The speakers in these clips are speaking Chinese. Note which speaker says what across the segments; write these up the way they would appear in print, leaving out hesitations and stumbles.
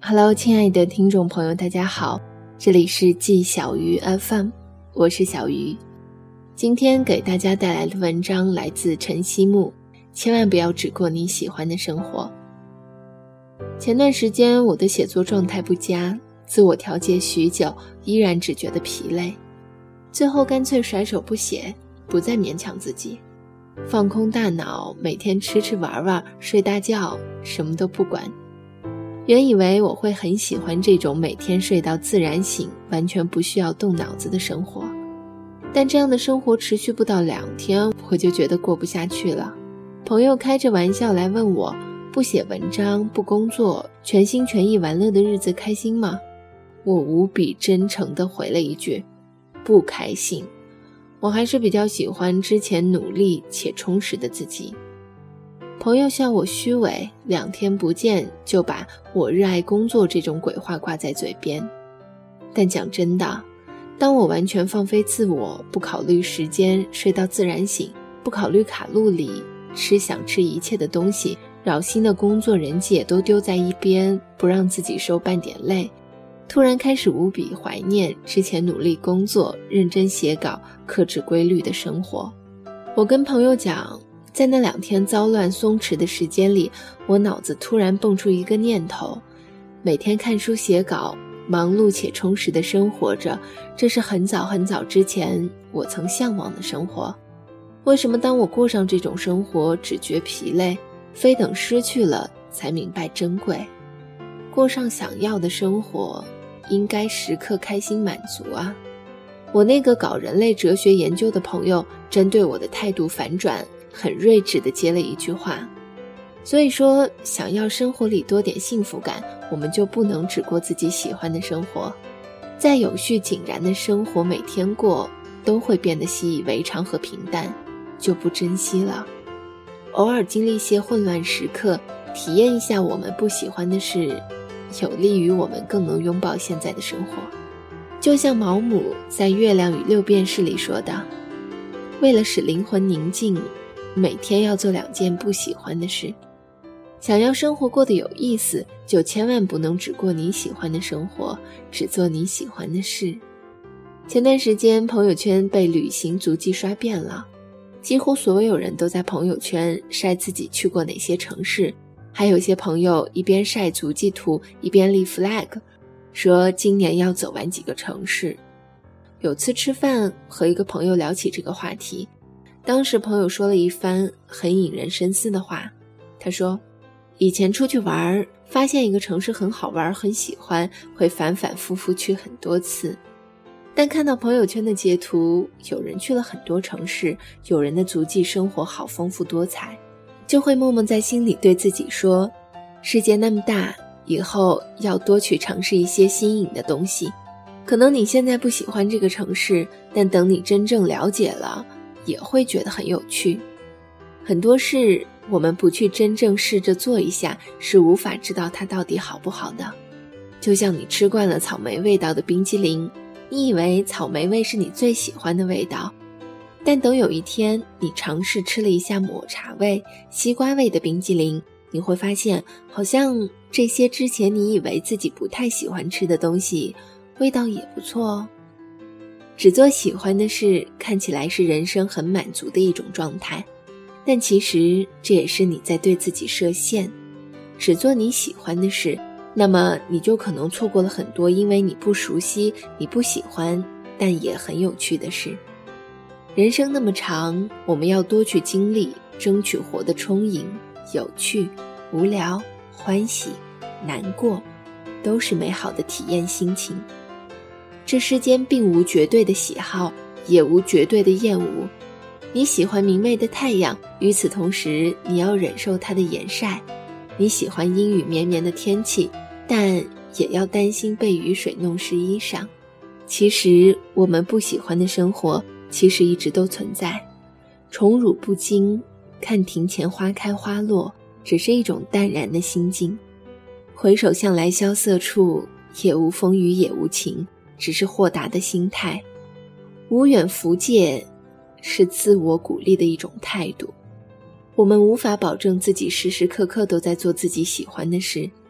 Speaker 1: Hello， 亲爱的听众朋友，大家好，这里是季小鱼 FM， 我是小鱼。今天给大家带来的文章来自陈希木，千万不要只过你喜欢的生活。前段时间我的写作状态不佳，自我调节许久，依然只觉得疲累，最后干脆甩手不写，不再勉强自己，放空大脑，每天吃吃玩玩，睡大觉，什么都不管。原以为我会很喜欢这种每天睡到自然醒，完全不需要动脑子的生活，但这样的生活持续不到2天，我就觉得过不下去了。朋友开着玩笑来问我，不写文章，不工作，全心全意玩乐的日子开心吗？我无比真诚地回了一句，不开心。我还是比较喜欢之前努力且充实的自己。朋友笑我虚伪，2天不见就把我热爱工作这种鬼话挂在嘴边。但讲真的，当我完全放飞自我，不考虑时间，睡到自然醒，不考虑卡路里，吃想吃一切的东西，扰心的工作人际也都丢在一边，不让自己受半点累，突然开始无比怀念之前努力工作，认真写稿，克制规律的生活。我跟朋友讲，在那2天糟乱松弛的时间里，我脑子突然蹦出一个念头，每天看书写稿，忙碌且充实地生活着，这是很早很早之前我曾向往的生活。为什么当我过上这种生活只觉疲累，非等失去了才明白珍贵？过上想要的生活，应该时刻开心满足啊！我那个搞人类哲学研究的朋友针对我的态度反转，很睿智地接了一句话，所以说想要生活里多点幸福感，我们就不能只过自己喜欢的生活。再有序井然的生活每天过，都会变得习以为常和平淡，就不珍惜了。偶尔经历些混乱时刻，体验一下我们不喜欢的事，有利于我们更能拥抱现在的生活。就像毛姆在《月亮与6便士》里说的，为了使灵魂宁静，每天要做2件不喜欢的事。想要生活过得有意思，就千万不能只过你喜欢的生活，只做你喜欢的事。前段时间朋友圈被旅行足迹刷遍了，几乎所有人都在朋友圈晒自己去过哪些城市，还有些朋友一边晒足迹图一边立 flag， 说今年要走完几个城市。有次吃饭和一个朋友聊起这个话题，当时朋友说了一番很引人深思的话。他说，以前出去玩，发现一个城市很好玩很喜欢，会反反复复去很多次，但看到朋友圈的截图，有人去了很多城市，有人的足迹生活好丰富多彩，就会默默在心里对自己说，世界那么大，以后要多去尝试一些新颖的东西。可能你现在不喜欢这个城市，但等你真正了解了，也会觉得很有趣。很多事我们不去真正试着做一下，是无法知道它到底好不好的。就像你吃惯了草莓味道的冰激凌，你以为草莓味是你最喜欢的味道，但等有一天你尝试吃了一下抹茶味、西瓜味的冰激凌，你会发现好像这些之前你以为自己不太喜欢吃的东西，味道也不错哦。只做喜欢的事，看起来是人生很满足的一种状态，但其实这也是你在对自己设限。只做你喜欢的事，那么你就可能错过了很多因为你不熟悉、你不喜欢，但也很有趣的事。人生那么长，我们要多去经历，争取活得充盈、有趣、无聊、欢喜、难过，都是美好的体验心情。这世间并无绝对的喜好，也无绝对的厌恶。你喜欢明媚的太阳，与此同时你要忍受它的炎晒。你喜欢阴雨绵绵的天气，但也要担心被雨水弄湿衣裳。其实我们不喜欢的生活其实一直都存在。宠辱不惊，看庭前花开花落，只是一种淡然的心境。回首向来萧瑟处，也无风雨也无晴，只是豁达的心态。无远弗届，是自我鼓励的一种态度。我们无法保证自己时时刻刻都在做自己喜欢的事，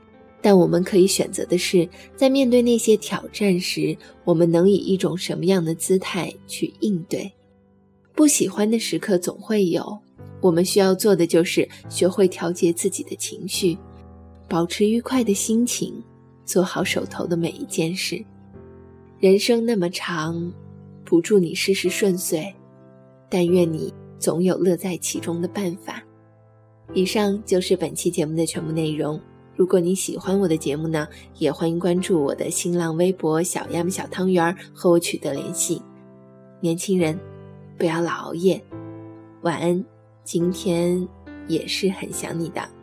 Speaker 1: 但我们可以选择的是，在面对那些挑战时，我们能以一种什么样的姿态去应对。不喜欢的时刻总会有，我们需要做的就是学会调节自己的情绪，保持愉快的心情，做好手头的每一件事。人生那么长，不祝你事事顺遂，但愿你总有乐在其中的办法。以上就是本期节目的全部内容。如果你喜欢我的节目呢，也欢迎关注我的新浪微博小鸭小汤圆和我取得联系。年轻人，不要老熬夜，晚安，今天也是很想你的。